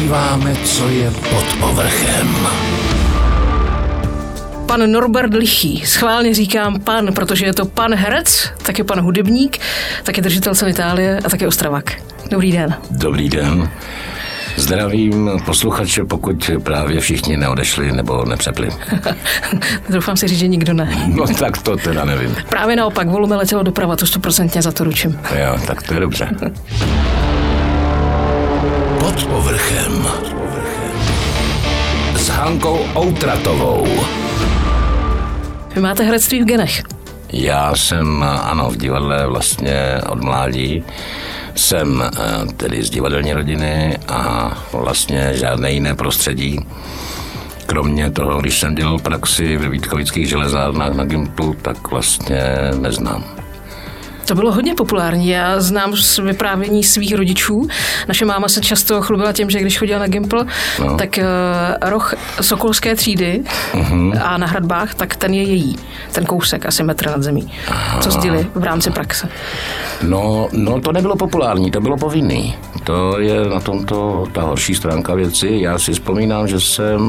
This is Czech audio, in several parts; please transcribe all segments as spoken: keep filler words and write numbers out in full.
podíváme, co je pod povrchem. Pan Norbert Lichý. Schválně říkám pan, protože je to pan herec, tak je pan hudebník, tak je držitel ceny Itálie a tak je Ostravák. Dobrý den. Dobrý den. Zdravím posluchače, pokud právě všichni neodešli nebo nepřepli. Doufám si říct, že nikdo ne. No tak to teda nevím. Právě naopak, volume letělo doprava, to stoprocentně za to ručím. Jo, tak to je dobře. Pod povrchem. S Hankou Outratovou. Vy máte herectví v genech. Já jsem, ano, v divadle vlastně od mládí. Jsem tedy z divadelní rodiny a vlastně žádné jiné prostředí. Kromě toho, když jsem dělal praxi ve Vítkovických železárnách na Gimplu, tak vlastně neznám. To bylo hodně populární. Já znám z vyprávění svých rodičů. Naše máma se často chlubila tím, že když chodila na Gimpl, no. tak uh, roh sokolské třídy uh-huh. a na hradbách, tak ten je její. Ten kousek, asi metr nad zemí. Aha. Co sděli v rámci praxe? No, no, to nebylo populární, to bylo povinný. To je na tomto ta horší stránka věci. Já si vzpomínám, že jsem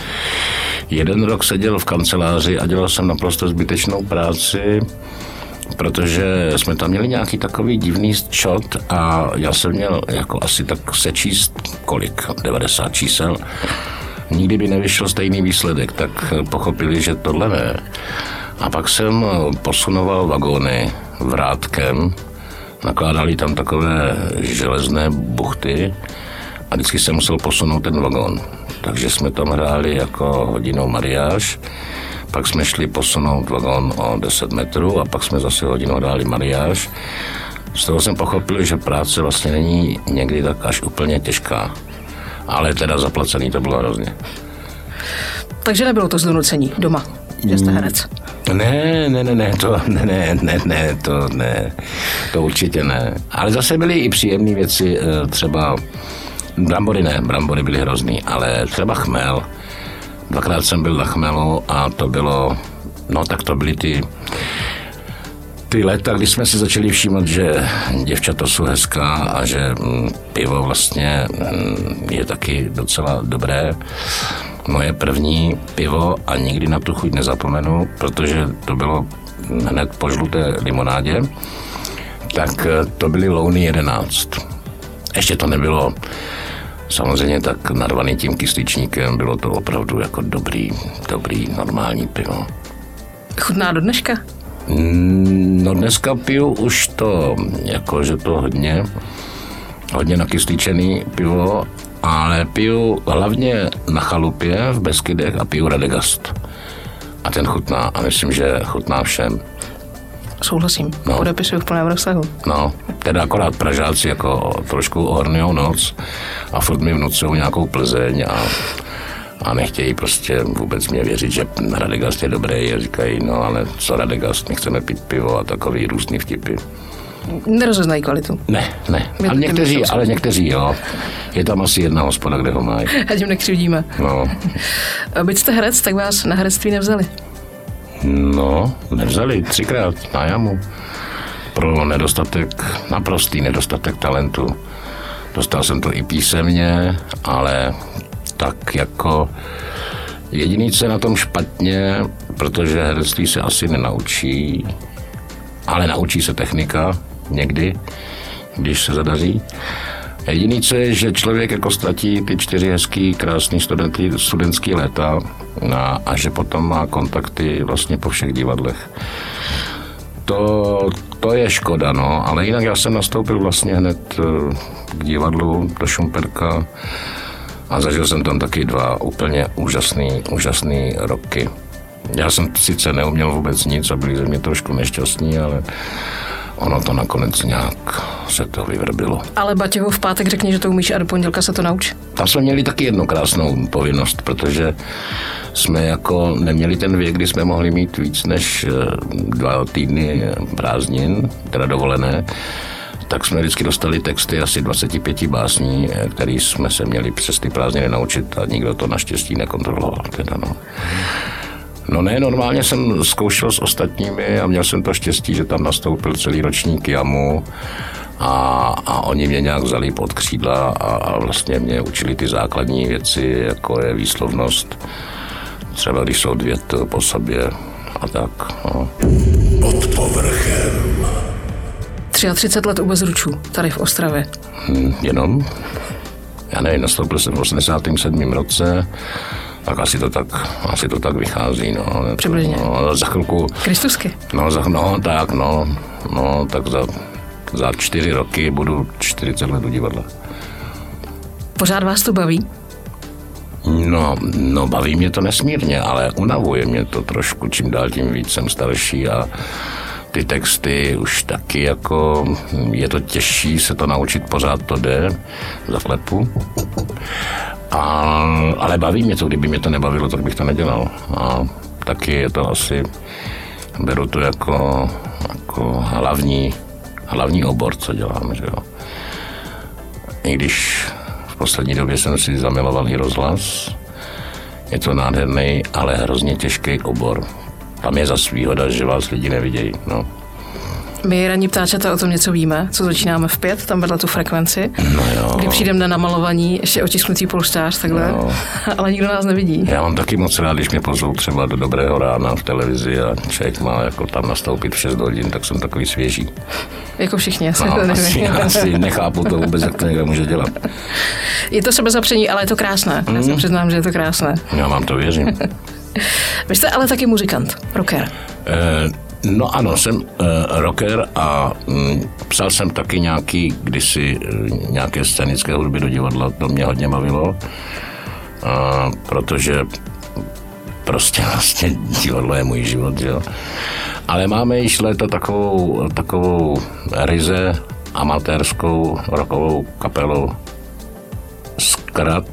jeden rok seděl v kanceláři a dělal jsem naprosto zbytečnou práci, protože jsme tam měli nějaký takový divný čot a já jsem měl jako asi tak sečíst kolik, devadesát čísel. Nikdy by nevyšel stejný výsledek, tak pochopili, že tohle ne. A pak jsem posunoval vagóny vrátkem, nakládali tam takové železné buchty a vždycky jsem musel posunout ten vagón. Takže jsme tam hráli jako hodinou mariáž. Pak jsme šli posunout vagón o deset metrů a pak jsme zase hodinu hráli mariáž. Z toho jsem pochopil, že práce vlastně není někdy tak až úplně těžká. Ale teda zaplacený to bylo hrozně. Takže nebylo to z donucení doma, že jste herec? Ne, ne, ne, ne, to ne, ne, ne, ne, to ne, to určitě ne. Ale zase byly i příjemné věci, třeba brambory ne, brambory byly hrozný, ale třeba chmel. Dvakrát jsem byl na chmelu a to bylo, no tak to byly ty, ty léta, kdy jsme si začali všímat, že děvčata jsou hezká a že pivo vlastně je taky docela dobré. Moje první pivo a nikdy na tu chuť nezapomenu, protože to bylo hned po žluté limonádě, tak to byly Louny jedenáct. Ještě to nebylo samozřejmě tak narvaný tím kysličníkem, bylo to opravdu jako dobrý, dobrý, normální pivo. Chutná do dneška? No dneska piju už to, jako že to hodně, hodně nakysličený pivo, ale piju hlavně na chalupě v Beskydech a piju Radegast. A ten chutná a myslím, že chutná všem. Souhlasím, no. Podepisuju v plném rozsahu. No, teda akorát Pražáci jako trošku ohornujou noc a furt mi vnucují nějakou Plzeň a, a nechtějí prostě vůbec mě věřit, že Radegast je dobrý a říkají, no ale co Radegast, my chceme pít pivo a takový různý vtipy. Nerozeznají kvalitu. Ne, ne, ale někteří, ale někteří, jo. Je tam asi jedna hospoda, kde ho mají. Ať jim nekřivdíme. No. Byť jste herec, tak vás na herectví nevzali. No, nevzali třikrát na jamu. Pro nedostatek, naprostý nedostatek talentu. Dostal jsem to i písemně, ale tak jako jediný, co je na tom špatně, protože herectví se asi nenaučí, ale naučí se technika někdy, když se zadaří. Jediný, co je, že člověk jako ztratí ty čtyři hezký, krásný studenty, studentský léta a, a že potom má kontakty vlastně po všech divadlech. To, to je škoda, no, ale jinak já jsem nastoupil vlastně hned k divadlu do Šumperka a zažil jsem tam taky dva úplně úžasný, úžasný roky. Já jsem sice neuměl vůbec nic a byli ze mě trošku nešťastní, ale ono to nakonec nějak se to vyvrbilo. Ale Baťovu v pátek řekni, že to umíš a do pondělka se to nauč. Tam jsme měli taky jednu krásnou povinnost, protože jsme jako neměli ten věk, kdy jsme mohli mít víc než dva týdny prázdnin, teda dovolené, tak jsme vždycky dostali texty asi dvacet pět básní, které jsme se měli přes ty prázdniny naučit a nikdo to naštěstí nekontroloval. Teda no. No ne, normálně jsem zkoušel s ostatními a měl jsem to štěstí, že tam nastoupil celý ročník jamu A, a oni mě nějak vzali pod křídla a, a vlastně mě učili ty základní věci, jako je výslovnost, třeba když jsou dvě po sobě a tak. No. Pod povrchem. třicet tři let u Bezručů, tady v Ostravě. Hm, jenom? Já nevím, nastoupil jsem v osmdesátém sedmém roce, tak asi to tak, asi to tak vychází, no. Přibližně. No, za chvilku... Kristusky. No, za, no tak, no, no, tak za, za čtyři roky budu čtyřicet let u divadla. Pořád vás to baví? No, no, baví mě to nesmírně, ale unavuje mě to trošku, čím dál tím víc jsem starší a ty texty už taky jako, je to těžší se to naučit, pořád to jde za klepu. A, ale baví mě to, kdyby mě to nebavilo, tak bych to nedělal. A taky je to asi, beru to jako, jako hlavní, hlavní obor, co dělám, že jo. I když v poslední době jsem si zamiloval i rozhlas, je to nádherný, ale hrozně těžký obor. Tam je zas výhoda, že vás lidi nevidějí, no. My ranní ptáčata o tom něco víme, co začínáme v pět, tam vedle tu frekvenci, No jo. kdy přijdeme na namalovaní, ještě otisknutý polštář, takhle, No. ale nikdo nás nevidí. Já mám taky moc rád, když mě pozvou třeba do Dobrého rána v televizi a člověk má jako tam nastoupit v šest hodin, tak jsem takový svěží. Jako všichni, asi No, to nevím. asi, asi nechápu to vůbec, jak to někdo může dělat. Je to sebezapření, ale je to krásné. Já se přiznám, že je to krásné. Já vám to věřím. Vy jste ale taky muzikant, rocker. Eh, No ano, jsem uh, rocker a mm, psal jsem taky nějaký, kdysi uh, nějaké scénické hudby do divadla, to mě hodně bavilo, uh, protože prostě vlastně divadlo je můj život, jo. Ale máme již léta takovou, takovou ryze amatérskou rockovou kapelu Zkrat,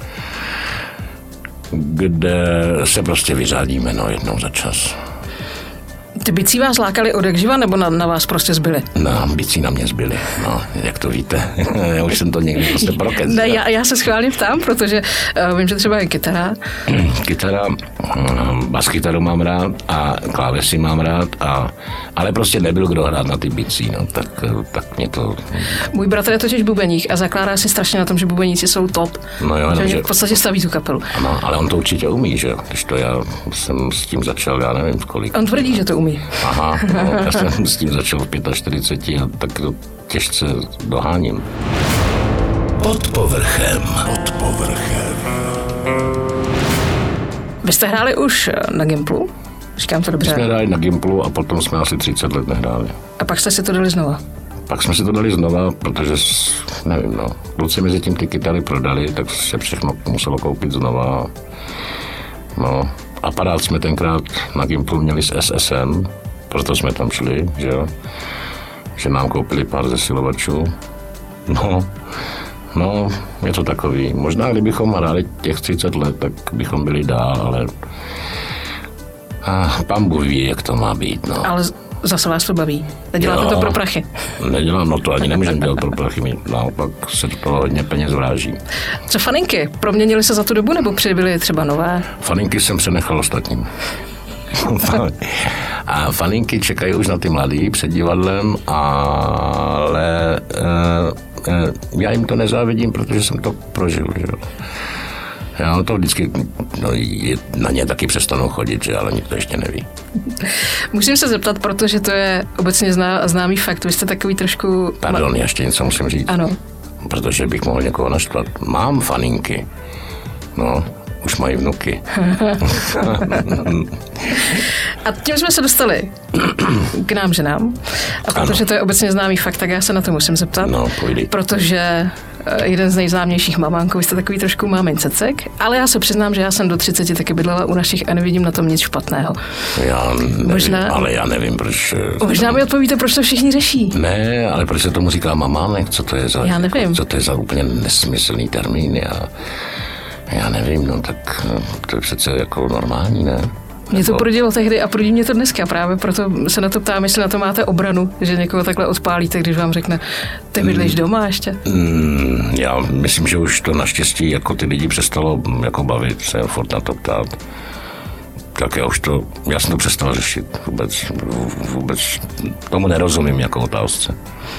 kde se prostě vyřádíme, no, jednou za čas. Ty bicí vás lákali od jak živa, nebo na, na vás prostě zbyli? No, bicí na mě zbyly, no, jak to víte. Já už jsem to někdy prostě prokec. Ne, já, já se schválně ptám, protože uh, vím, že třeba je kytara. Kytara, baskytaru mám rád a klávesy mám rád, a, ale prostě nebyl kdo hrát na ty bicí, no, tak, tak mě to... Můj bratr je totiž bubeník a zakládá si strašně na tom, že bubeníci jsou top. No jo, že že... v podstatě staví tu kapelu. Ano, ale on to určitě umí, že jo, když to já jsem s tím začal, já nevím v kolik. On tvrdí, že to umí. Aha, no, já jsem s tím začal v čtyřicet pět a tak to těžce doháním. Pod povrchem. Pod povrchem. Vy jste hráli už na Gimplu? Říkám to dobře. Jsme hráli na Gimplu a potom jsme asi třicet let nehráli. A pak jste si to dali znova? Pak jsme si to dali znova, protože, nevím, no, kluci mezi tím ty kytary prodali, tak se všechno muselo koupit znova. No, aparát jsme tenkrát na Gimplu měli s S S M, proto jsme tam šli, že jo, že nám koupili pár zesilovačů. No, no, je to takový. Možná, kdybychom hráli těch třicet let, tak bychom byli dál, ale ah, pán Bůh ví, jak to má být, no. Ale zase vás to baví. Neděláte Jo, to pro prachy. Nedělám, no to ani nemůžeme dělat pro prachy, my naopak se do toho hodně peněz vráží. Co faninky? Proměnily se za tu dobu, nebo přibyly třeba nové? Faninky jsem přenechal ostatním. A faninky čekají už na ty mladý před divadlem, ale e, e, já jim to nezávidím, protože jsem to prožil, že jo. Já to vždycky, no, je, na ně taky přestanou chodit, že, ale nikdo ještě neví. Musím se zeptat, protože to je obecně zná, známý fakt. Vy jste takový trošku... Pardon, já ještě něco musím říct. Ano. Protože bych mohl někoho naštvat. Mám faninky. No, už mají vnuky. A tím jsme se dostali k nám ženám. A protože to je obecně známý fakt, tak já se na to musím zeptat. No, pojdi. Protože jeden z nejznámějších mamánků, vy jste takový trošku mámin cecek, ale já se přiznám, že já jsem do třiceti taky bydlela u našich a nevidím na tom nic špatného. Já nevím, Možná- ale já nevím, proč... Možná mi odpovíte, proč to všichni řeší. Ne, ale proč se tomu říká mamánek? Co to je za... Já nevím. Co to je za úplně nesmyslný termín? Já, já nevím, no tak to je přece jako normální, ne? Mě to Jako- prudilo tehdy a prudí mě to dneska. Právě proto se na to ptám, jestli na to máte obranu, že někoho takhle odpálíte, když vám řekne, ty bydlíš doma ještě. Mm, já myslím, že už to naštěstí jako ty lidi přestalo jako bavit se furt na to ptát. Tak já už to, já jsem to přestal řešit. Vůbec, vůbec tomu nerozumím jako otázce.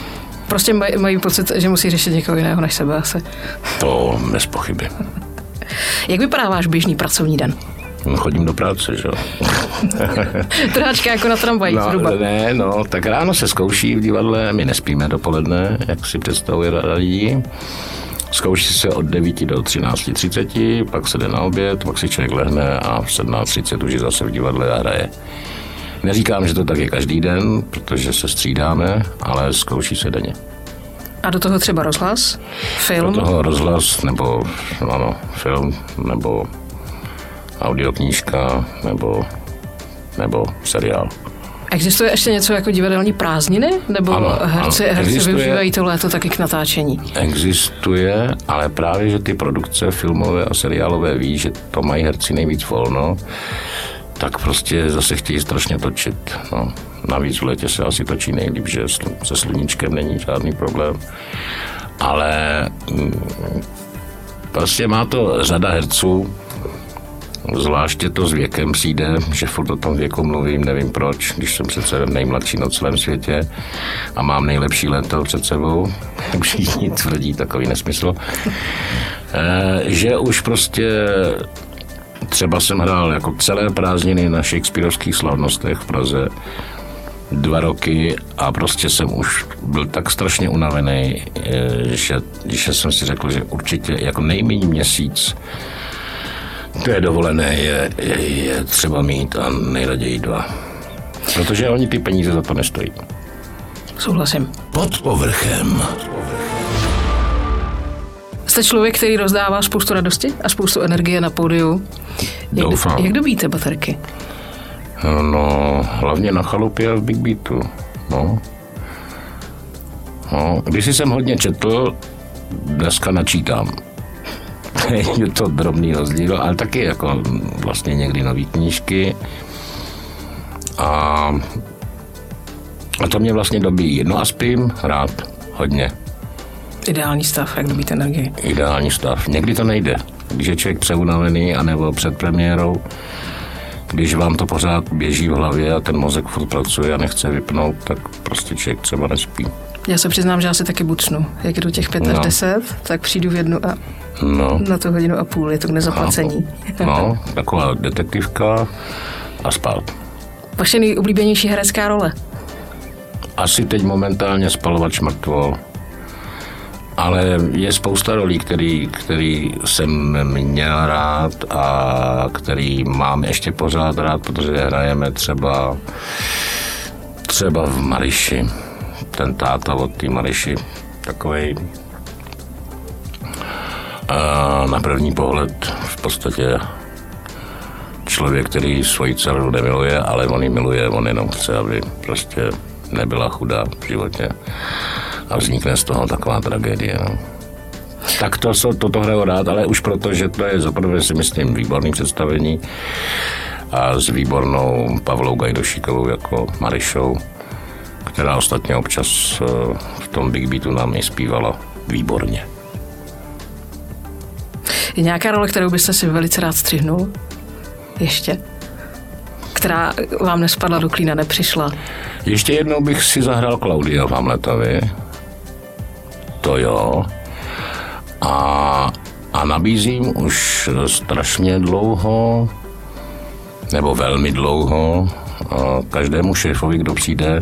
Prostě maj, mají pocit, že musí řešit někoho jiného než sebe asi. To bez pochyby. Jak vypadá váš běžný pracovní den? No, chodím do práce, že jo. Trhačka jako na tramvaji, no, zhruba. Ne, no, tak ráno se zkouší v divadle, my nespíme dopoledne, jak si představuje rada lidí. Zkouší se od devíti do třinácti třiceti, pak se jde na oběd, pak si člověk lehne a v sedmnáct třicet už je zase v divadle a hraje. Neříkám, že to tak je každý den, protože se střídáme, ale zkouší se denně. A do toho třeba rozhlas, film? Do toho rozhlas, nebo ano, film, nebo audioknížka, nebo, nebo seriál. Existuje ještě něco jako divadelní prázdniny? Nebo ano, herci, ano. herci existuje, využívají to léto taky k natáčení? Existuje, ale právě, že ty produkce filmové a seriálové ví, že to mají herci nejvíc volno, tak prostě zase chtějí strašně točit. No. Navíc v létě se asi točí nejlíp, že se sluníčkem není žádný problém. Ale prostě má to řada herců, zvláště to s věkem přijde, že furt o tom věku mluvím, nevím proč, když jsem přece nejmladší na celém světě a mám nejlepší léto před sebou, jak všichni tvrdí takový nesmysl, že už prostě třeba jsem hrál jako celé prázdniny na Shakespearovských slavnostech v Praze dva roky a prostě jsem už byl tak strašně unavený, že, že jsem si řekl, že určitě jako nejméně měsíc to je dovolené, je, je, je třeba mít a nejraději dva. Protože oni ty peníze za to nestojí. Souhlasím. Pod povrchem. Jste člověk, který rozdává spoustu radosti a spoustu energie na pódiu. Jak, Doufám. Do, jak dobíjíte baterky? No, hlavně na chalupě a v Big Beatu. No. No, když jsem hodně četl, dneska načítám. Je to drobný rozdíl, ale taky jako vlastně někdy nový knížky. A, a to mě vlastně dobíjí. No a spím rád, hodně. Ideální stav, jak dobíte energii? Ideální stav. Někdy to nejde. Když je člověk přeunavený, anebo před premiérou, když vám to pořád běží v hlavě a ten mozek furt pracuje a nechce vypnout, tak prostě člověk třeba nespí. Já se přiznám, že já si taky bucnu. Jak jdu těch pět no. až deset, tak přijdu v jednu a no. na tu hodinu a půl. Je to k nezaplacení. No, taková detektivka a spát. Vaše nejoblíbenější herecká role? Asi teď momentálně Spalovač mrtvol. Ale je spousta rolí, který, který jsem měl rád a který mám ještě pořád rád, protože hrajeme třeba, třeba v Maryši. Ten táta od té Maryši, takovej a na první pohled v podstatě člověk, který svoji dceru nemiluje, ale on ji miluje, on jenom chce, aby prostě nebyla chudá v životě. A vznikne z toho taková tragédie. No. Tak to, toto hraju rád, ale už proto, že to je zaprvé si myslím výborný představení a s výbornou Pavlou Gajdošíkovou jako Maryšou, která ostatně občas v tom Big Beatu nám i zpívala výborně. Je nějaká role, kterou byste si velice rád střihnul? Ještě? Která vám nespadla do klína, nepřišla? Ještě jednou bych si zahrál Klaudia v Hamletovi. To jo. A, a nabízím už strašně dlouho, nebo velmi dlouho, každému šéfovi, kdo přijde,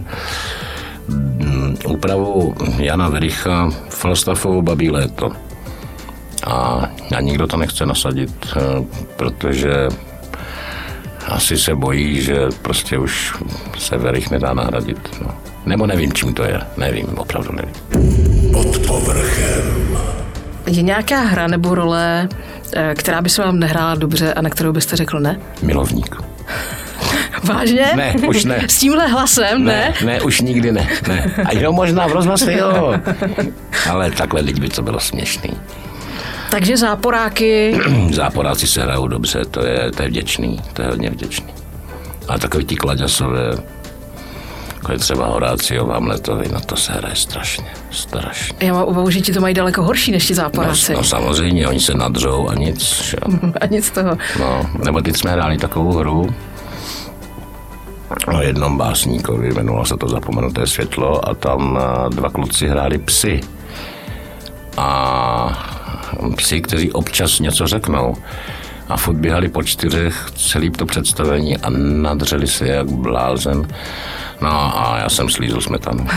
úpravu Jana Vericha Falstaffovo Babí léto. A, a nikdo to nechce nasadit, protože asi se bojí, že prostě už se Verich nedá nahradit. No. Nebo nevím, čím to je. Nevím, opravdu nevím. Pod povrchem. Je nějaká hra nebo role, která by se vám nehrála dobře a na kterou byste řekl ne? Milovník. Vážně? Ne, už ne. S tímhle hlasem, ne? Ne, ne už nikdy ne. ne. A jenom možná v rozhlase, jo. Ale takhle lidi by to bylo směšný. Takže záporáky... Záporáci se hrajou dobře, to je, to je vděčný, to je hodně vděčný. A takový ti kladěsové, jako je třeba Horácio v Hamletovi, no to se hraje strašně, strašně. Já mám obavu, že ti to mají daleko horší než ti záporáci. No, no samozřejmě, oni se nadřou a nic. A nic z toho. No, nebo teď jsme hráli takovou hru, o jednom básníkovi, jmenovalo se to Zapomenuté světlo a tam dva kluci hráli psy. A psi, kteří občas něco řeknou. A furt běhali po čtyřech celý to představení a nadřeli se jak blázen. No a já jsem slízl smetanu.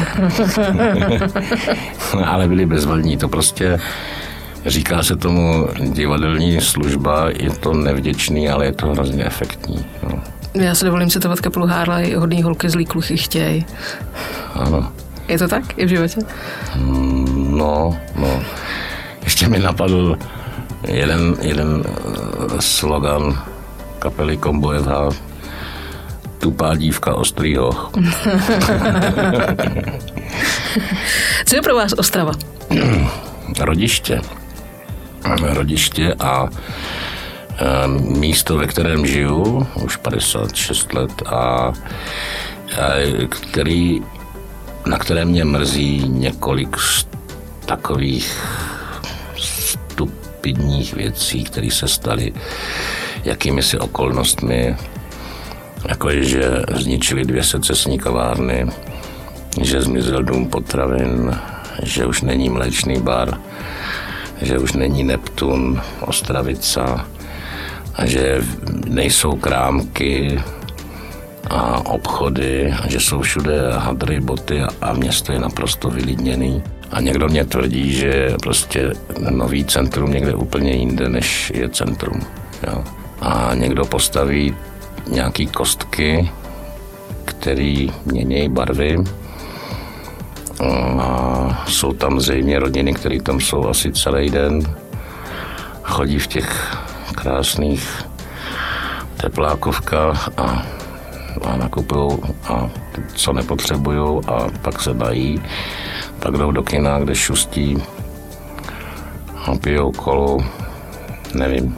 Ale byli bezvadní, to prostě říká se tomu divadelní služba, je to nevděčný, ale je to hrozně efektní. No. Já se dovolím citovat kapelu Harley, hodný holky, zlý kluchy chtěj. Ano. Je to tak i v životě? No, no. Ještě mi napadl jeden, jeden slogan kapely Combo F H. Tupá dívka, ostrý hoch. Co je pro vás Ostrava? Rodiště. Rodiště a místo, ve kterém žiju už padesát šest let a, a který, na kterém mě mrzí několik takových stupidních věcí, které se staly jakými si okolnostmi, jako je, že zničili dvě secesní kavárny, že zmizel dům potravin, že už není mléčný bar, že už není Neptun, Ostravica a že nejsou krámky a obchody, a že jsou všude hadry, boty a město je naprosto vylidněný. A někdo mě tvrdí, že je prostě nový centrum někde úplně jinde, než je centrum. Jo. A někdo postaví nějaký kostky, který mění barvy. A jsou tam zřejmě rodiny, které tam jsou asi celý den. Chodí v těch krásných teplákovkách a, a nakupují a co nepotřebují a pak se dají. Pak jdou do kina, kde šustí a pijou kolu. Nevím.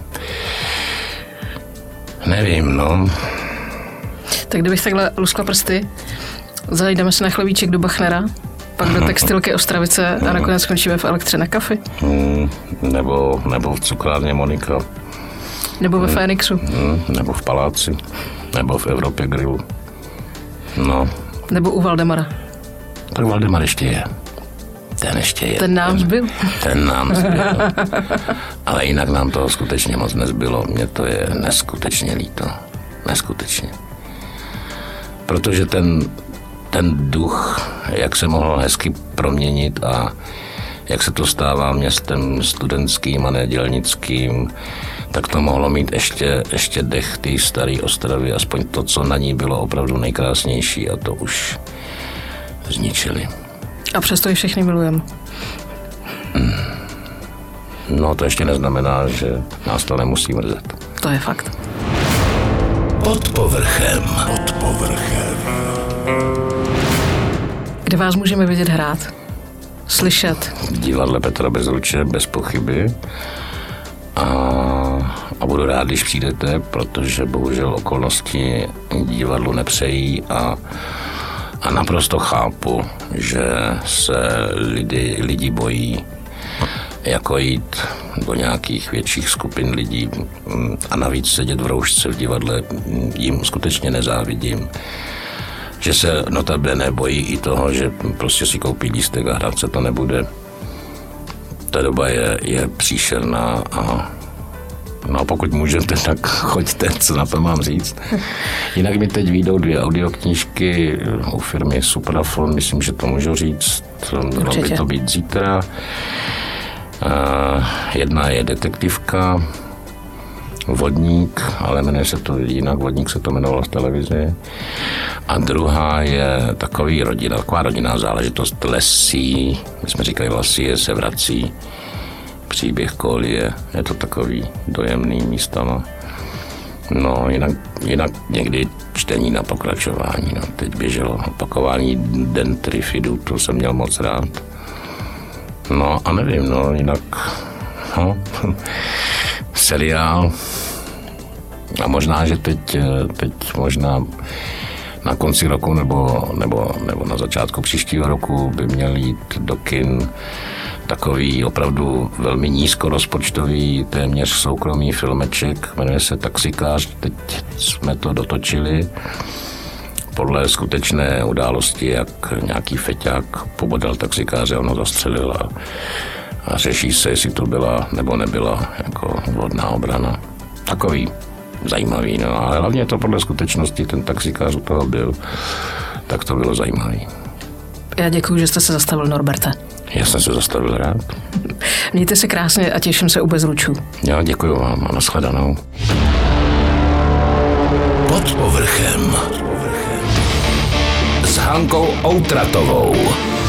Nevím, no. Tak kdybych takhle luskla prsty, zajdeme se na chlebíček do Bachnera, pak do textilky Ostravice a nakonec skončíme v Elektře na kafi. Hmm, nebo, nebo v cukrárně Monika. Nebo ve Fénixu. Hmm, nebo v Paláci. Nebo v Evropě Grillu. No. Nebo u Valdemara. Tak Valdemar ještě je. Ten ještě je. Ten nám zbyl. Ten nám zbyl. Ale jinak nám toho skutečně moc nezbylo. Mně to je neskutečně líto. Neskutečně. Protože ten, ten duch, jak se mohl hezky proměnit a jak se to stává městem studentským a nedělnickým, tak to mohlo mít ještě, ještě dech té staré Ostravy, aspoň to, co na ní bylo opravdu nejkrásnější a to už zničili. A přesto ji všechny milujeme. Hmm. No to ještě neznamená, že nás to nemusí mrzet. To je fakt. Pod povrchem. Pod povrchem. Kde vás můžeme vidět hrát? Slyšet? V divadle Petra Bezruče bez pochyby. A, a budu rád, když přijdete, protože bohužel okolnosti divadlu nepřejí a A naprosto chápu, že se lidi, lidi bojí jako jít do nějakých větších skupin lidí a navíc sedět v roušce v divadle jim skutečně nezávidím. Že se notabene bojí i toho, že prostě si koupí lístek a hrát se to nebude. Ta doba je, je příšerná a no a pokud můžete, tak choďte, co na to mám říct. Jinak mi teď vyjdou dvě audioknížky u firmy Suprafon, myslím, že to můžu říct. Mělo by to být zítra. Jedna je detektivka, Vodník, ale jmenuje se to jinak, Vodník se to jmenovalo v televizi. A druhá je takový rodina, taková rodinná záležitost Lesí, my jsme říkali Lesí se vrací. Příběh Kolie, je to takový dojemný místo, no. No, jinak, jinak někdy čtení na pokračování, no. Teď běželo opakování Den Trifidu, to jsem měl moc rád. No a nevím, no, jinak, no, seriál. A možná, že teď, teď možná na konci roku nebo, nebo, nebo na začátku příštího roku by měl jít do kin takový opravdu velmi nízkorozpočtový, téměř soukromý filmeček, jmenuje se Taxikář, teď jsme to dotočili. podle skutečné události, jak nějaký feťák pobodal taxikáře, ono zastřelil a, a řeší se, jestli to byla nebo nebyla jako vhodná obrana. Takový zajímavý, no, ale hlavně to podle skutečnosti, ten taxikář u toho byl, tak to bylo zajímavý. Já děkuji, že jste se zastavil, Norberte. Já jsem se zastavil rád. Mějte se krásně a těším se u Bezručů. Já děkuji vám a nashledanou. Pod povrchem s Hankou Outratovou.